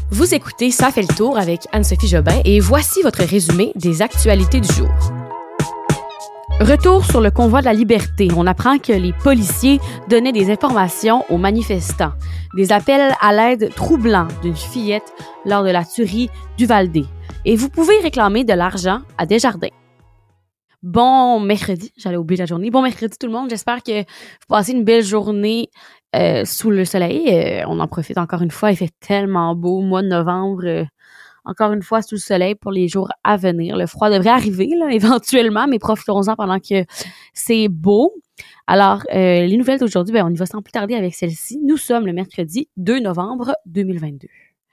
Vous écoutez Ça fait le tour avec Anne-Sophie Jobin et voici votre résumé des actualités du jour. Retour sur le convoi de la liberté. On apprend que les policiers donnaient des informations aux manifestants. Des appels à l'aide troublants d'une fillette lors de la tuerie d'Uvalde. Et vous pouvez réclamer de l'argent à Desjardins. Bon mercredi, j'allais oublier la journée. Bon mercredi tout le monde, j'espère que vous passez une belle journée sous le soleil. On en profite encore une fois, il fait tellement beau, mois de novembre, encore une fois sous le soleil pour les jours à venir. Le froid devrait arriver là, éventuellement, mais profitons-en pendant que c'est beau. Alors, les nouvelles d'aujourd'hui, on y va sans plus tarder avec celle-ci. Nous sommes le mercredi 2 novembre 2022.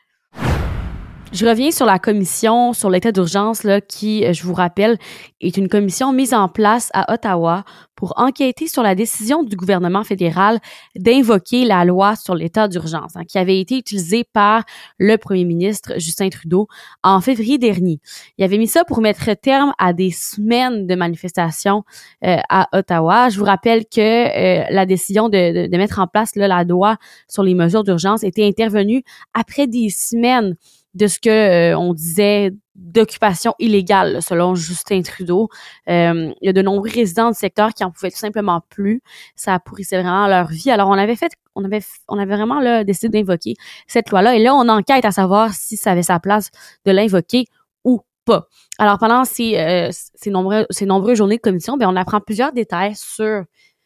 Je reviens sur la commission sur l'état d'urgence là, qui, je vous rappelle, est une commission mise en place à Ottawa pour enquêter sur la décision du gouvernement fédéral d'invoquer la loi sur l'état d'urgence, qui avait été utilisée par le premier ministre Justin Trudeau en février dernier. Il avait mis ça pour mettre terme à des semaines de manifestations à Ottawa. Je vous rappelle que la décision de mettre en place là, la loi sur les mesures d'urgence était intervenue après des semaines de ce que on disait d'occupation illégale, là, selon Justin Trudeau. Il y a de nombreux résidents du secteur qui en pouvaient tout simplement plus. Ça pourrissait vraiment leur vie. Alors, on avait vraiment là, décidé d'invoquer cette loi-là. Et là, on enquête à savoir si ça avait sa place de l'invoquer ou pas. Alors, pendant ces nombreuses journées de commission, on apprend plusieurs détails sur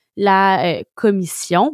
la commission.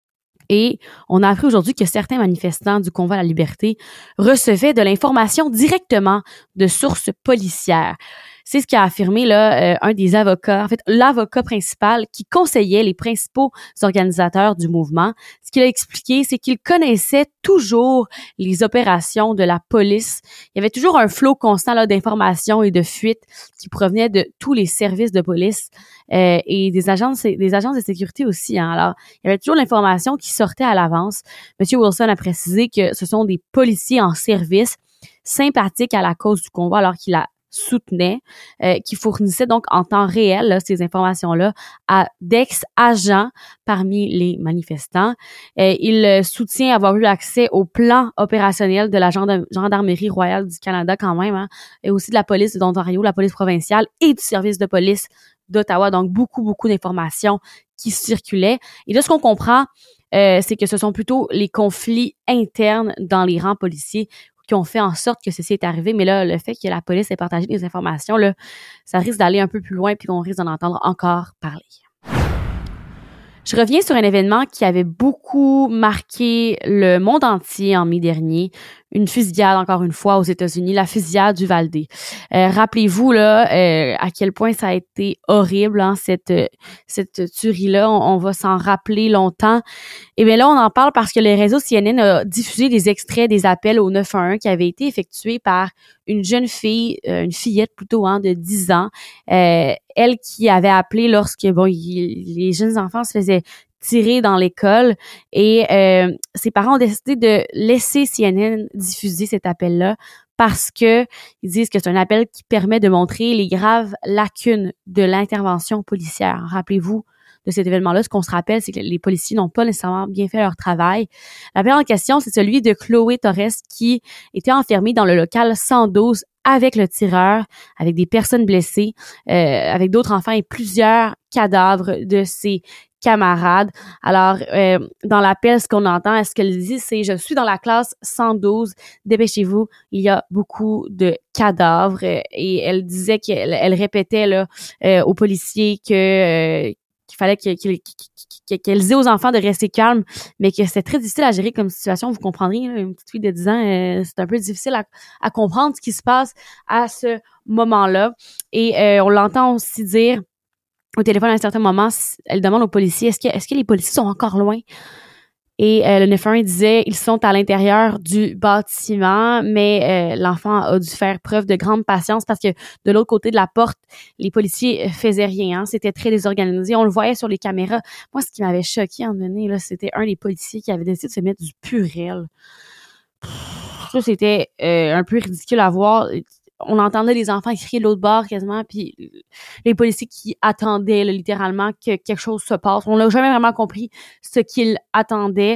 Et on a appris aujourd'hui que certains manifestants du convoi à la liberté recevaient de l'information directement de sources policières. C'est ce qu'a affirmé là un des avocats, en fait l'avocat principal qui conseillait les principaux organisateurs du mouvement. Ce qu'il a expliqué, c'est qu'il connaissait toujours les opérations de la police. Il y avait toujours un flot constant là d'informations et de fuites qui provenaient de tous les services de police et des agences de sécurité aussi. Alors, il y avait toujours l'information qui sortait à l'avance. Monsieur Wilson a précisé que ce sont des policiers en service sympathiques à la cause du convoi alors qu'il a soutenait, qui fournissait donc en temps réel là, ces informations-là à d'ex-agents parmi les manifestants. Il soutient avoir eu accès au plan opérationnel de la Gendarmerie royale du Canada quand même, et aussi de la police d'Ontario, la police provinciale et du service de police d'Ottawa. Donc, beaucoup d'informations qui circulaient. Et de ce qu'on comprend, c'est que ce sont plutôt les conflits internes dans les rangs policiers qui ont fait en sorte que ceci est arrivé. Mais là, le fait que la police ait partagé des informations, là, ça risque d'aller un peu plus loin puis qu'on risque d'en entendre encore parler. Je reviens sur un événement qui avait beaucoup marqué le monde entier en mai dernier. Une fusillade, encore une fois, aux États-Unis, la fusillade d'Uvalde. Rappelez-vous là à quel point ça a été horrible, cette tuerie-là. On va s'en rappeler longtemps. Et bien là, on en parle parce que le réseau CNN a diffusé des extraits des appels au 911 qui avaient été effectués par une jeune fille, une fillette plutôt, de 10 ans. Elle qui avait appelé lorsque les jeunes enfants se faisaient tirer dans l'école et ses parents ont décidé de laisser CNN diffuser cet appel-là parce que ils disent que c'est un appel qui permet de montrer les graves lacunes de l'intervention policière. Rappelez-vous de cet événement-là, ce qu'on se rappelle, c'est que les policiers n'ont pas nécessairement bien fait leur travail. L'appel en question, c'est celui de Chloé Torres qui était enfermée dans le local 112 avec le tireur, avec des personnes blessées, avec d'autres enfants et plusieurs cadavres de ses camarades. Alors, dans l'appel, ce qu'on entend, ce qu'elle dit, c'est « Je suis dans la classe 112, dépêchez-vous, il y a beaucoup de cadavres. » Et elle disait qu'elle répétait là aux policiers qu'il fallait qu'elle disait aux enfants de rester calmes, mais que c'était très difficile à gérer comme situation. Vous comprendrez, là, une petite fille de 10 ans, c'est un peu difficile à comprendre ce qui se passe à ce moment-là. Et on l'entend aussi dire au téléphone à un certain moment, elle demande aux policiers, est-ce que les policiers sont encore loin? Et le 911 disait, ils sont à l'intérieur du bâtiment, mais l'enfant a dû faire preuve de grande patience parce que de l'autre côté de la porte, les policiers faisaient rien. C'était très désorganisé. On le voyait sur les caméras. Moi, ce qui m'avait choqué à un moment donné, là, c'était un des policiers qui avait décidé de se mettre du Purell. Ça, c'était un peu ridicule à voir. on entendait les enfants crier de l'autre bord quasiment, puis les policiers qui attendaient là, littéralement que quelque chose se passe. On n'a jamais vraiment compris ce qu'ils attendaient.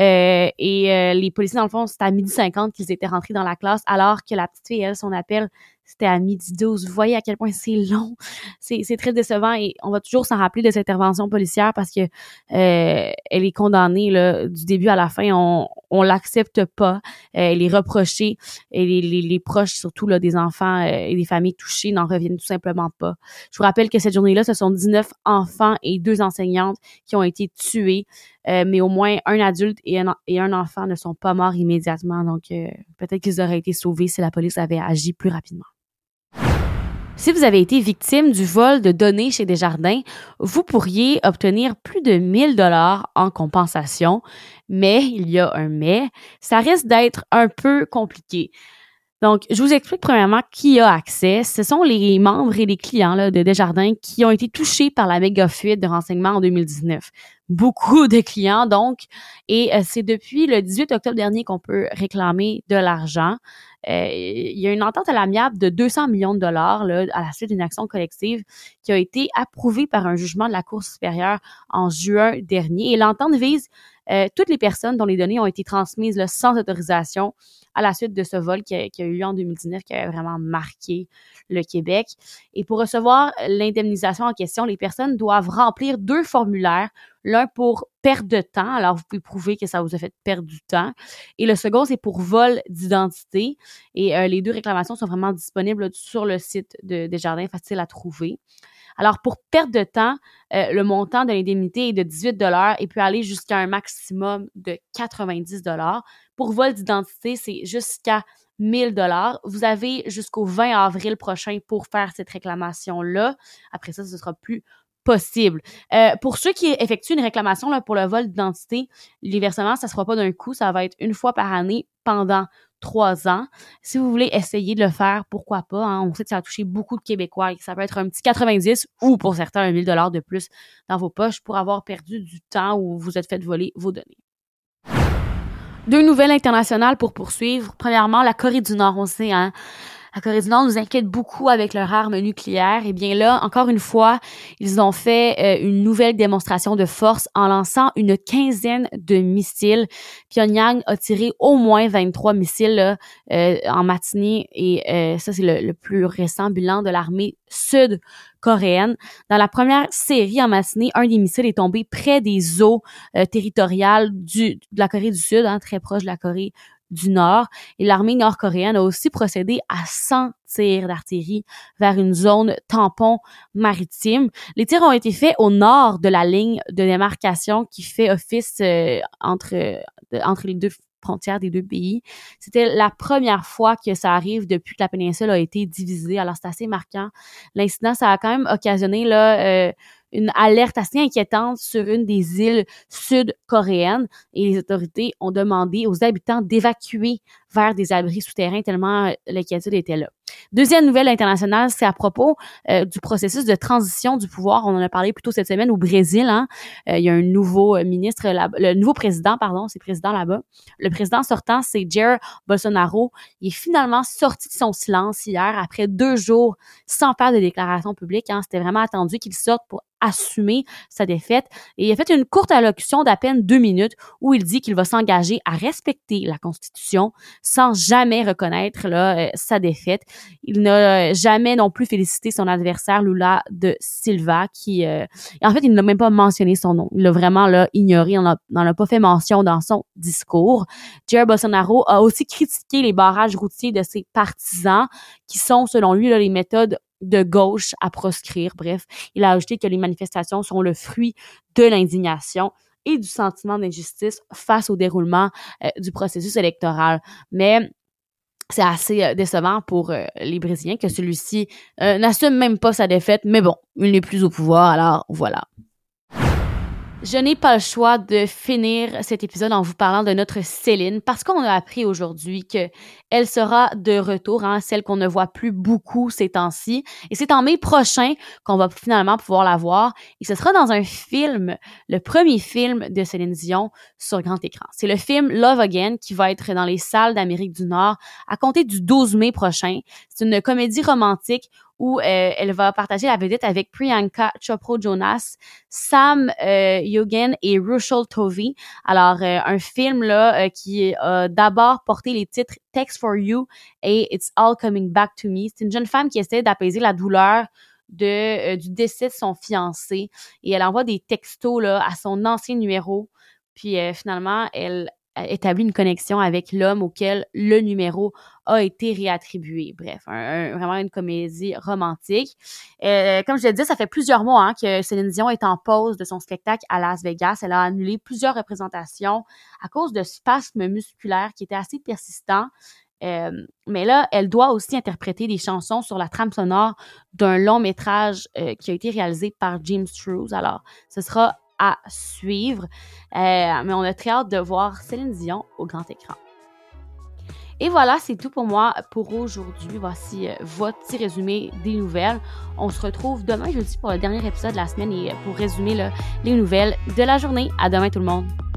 Les policiers, dans le fond, c'était à 12h50 qu'ils étaient rentrés dans la classe, alors que la petite fille, elle, son appel, c'était à 12h12. Vous voyez à quel point c'est long. C'est très décevant et on va toujours s'en rappeler de cette intervention policière parce que elle est condamnée là, du début à la fin. On l'accepte pas. Elle est reprochée et les proches, surtout là, des enfants et des familles touchées, n'en reviennent tout simplement pas. Je vous rappelle que cette journée-là, ce sont 19 enfants et 2 enseignantes qui ont été tués, mais au moins un adulte et un enfant ne sont pas morts immédiatement. Donc, peut-être qu'ils auraient été sauvés si la police avait agi plus rapidement. Si vous avez été victime du vol de données chez Desjardins, vous pourriez obtenir plus de 1 000 $ en compensation, mais il y a un mais, ça risque d'être un peu compliqué. Donc, je vous explique premièrement qui a accès. Ce sont les membres et les clients là, de Desjardins qui ont été touchés par la méga fuite de renseignements en 2019. Beaucoup de clients, donc, et c'est depuis le 18 octobre dernier qu'on peut réclamer de l'argent. Il y a une entente à l'amiable de 200 millions de dollars là, à la suite d'une action collective qui a été approuvée par un jugement de la Cour supérieure en juin dernier. Et l'entente vise toutes les personnes dont les données ont été transmises là, sans autorisation à la suite de ce vol qui a eu lieu en 2019, qui a vraiment marqué le Québec. Et pour recevoir l'indemnisation en question, les personnes doivent remplir 2 formulaires, l'un pour perte de temps, alors vous pouvez prouver que ça vous a fait perdre du temps, et le second, c'est pour vol d'identité. Et les 2 réclamations sont vraiment disponibles sur le site de Desjardins, facile à trouver. Alors, pour perte de temps, le montant de l'indemnité est de 18 $ et peut aller jusqu'à un maximum de 90 $. Pour vol d'identité, c'est jusqu'à 1 000 $. Vous avez jusqu'au 20 avril prochain pour faire cette réclamation-là. Après ça, ce sera plus possible. Pour ceux qui effectuent une réclamation là, pour le vol d'identité, les versements, ça ne se fera pas d'un coup, ça va être une fois par année pendant 3 ans. Si vous voulez essayer de le faire, pourquoi pas, hein? On sait que ça a touché beaucoup de Québécois et que ça peut être un petit 90 ou pour certains 1 000 $ de plus dans vos poches pour avoir perdu du temps ou vous êtes fait voler vos données. 2 nouvelles internationales pour poursuivre. Premièrement, la Corée du Nord, on sait, hein. La Corée du Nord nous inquiète beaucoup avec leur arme nucléaire. Et bien là, encore une fois, ils ont fait une nouvelle démonstration de force en lançant une 15aine de missiles. Pyongyang a tiré au moins 23 missiles là, en matinée et ça, c'est le plus récent bilan de l'armée sud-coréenne. Dans la première série en matinée, un des missiles est tombé près des eaux territoriales de la Corée du Sud, hein, très proche de la Corée du Nord, et l'armée nord-coréenne a aussi procédé à 100 tirs d'artillerie vers une zone tampon maritime. Les tirs ont été faits au nord de la ligne de démarcation qui fait office entre les 2 frontières des 2 pays. C'était la première fois que ça arrive depuis que la péninsule a été divisée, alors c'est assez marquant. L'incident, ça a quand même occasionné là une alerte assez inquiétante sur une des îles sud-coréennes et les autorités ont demandé aux habitants d'évacuer vers des abris souterrains tellement l'inquiétude était là. Deuxième nouvelle internationale, c'est à propos du processus de transition du pouvoir. On en a parlé plus tôt cette semaine au Brésil. Hein. Il y a un nouveau ministre, le nouveau président, c'est président là-bas. Le président sortant, c'est Jair Bolsonaro. Il est finalement sorti de son silence hier après 2 jours sans faire de déclaration publique. Hein. C'était vraiment attendu qu'il sorte pour assumer sa défaite. Et il a fait une courte allocution d'à peine 2 minutes où il dit qu'il va s'engager à respecter la Constitution sans jamais reconnaître là, sa défaite. Il n'a jamais non plus félicité son adversaire Lula de Silva qui, en fait, il n'a même pas mentionné son nom. Il l'a vraiment là, ignoré, il n'en a pas fait mention dans son discours. Jair Bolsonaro a aussi critiqué les barrages routiers de ses partisans qui sont, selon lui, là, les méthodes de gauche à proscrire. Bref, il a ajouté que les manifestations sont le fruit de l'indignation et du sentiment d'injustice face au déroulement du processus électoral. Mais c'est assez décevant pour les Brésiliens que celui-ci n'assume même pas sa défaite. Mais bon, il n'est plus au pouvoir, alors voilà. Je n'ai pas le choix de finir cet épisode en vous parlant de notre Céline parce qu'on a appris aujourd'hui qu'elle sera de retour, celle qu'on ne voit plus beaucoup ces temps-ci. Et c'est en mai prochain qu'on va finalement pouvoir la voir. Et ce sera dans un film, le premier film de Céline Dion sur grand écran. C'est le film Love Again qui va être dans les salles d'Amérique du Nord à compter du 12 mai prochain. C'est une comédie romantique où elle va partager la vedette avec Priyanka Chopra Jonas, Sam Heughan et Russell Tovey. Alors, un film là qui a d'abord porté les titres Text for You et It's All Coming Back to Me. C'est une jeune femme qui essaie d'apaiser la douleur du décès de son fiancé et elle envoie des textos là à son ancien numéro. Puis finalement, elle établit une connexion avec l'homme auquel le numéro a été réattribué. Bref, vraiment une comédie romantique. Comme je l'ai dit, ça fait plusieurs mois que Céline Dion est en pause de son spectacle à Las Vegas. Elle a annulé plusieurs représentations à cause de spasmes musculaires qui étaient assez persistants. Mais là, elle doit aussi interpréter des chansons sur la trame sonore d'un long métrage qui a été réalisé par James Trues. Alors, ce sera à suivre. Mais on a très hâte de voir Céline Dion au grand écran. Et voilà, c'est tout pour moi pour aujourd'hui. Voici votre petit résumé des nouvelles. On se retrouve demain jeudi pour le dernier épisode de la semaine et pour résumer les nouvelles de la journée. À demain tout le monde!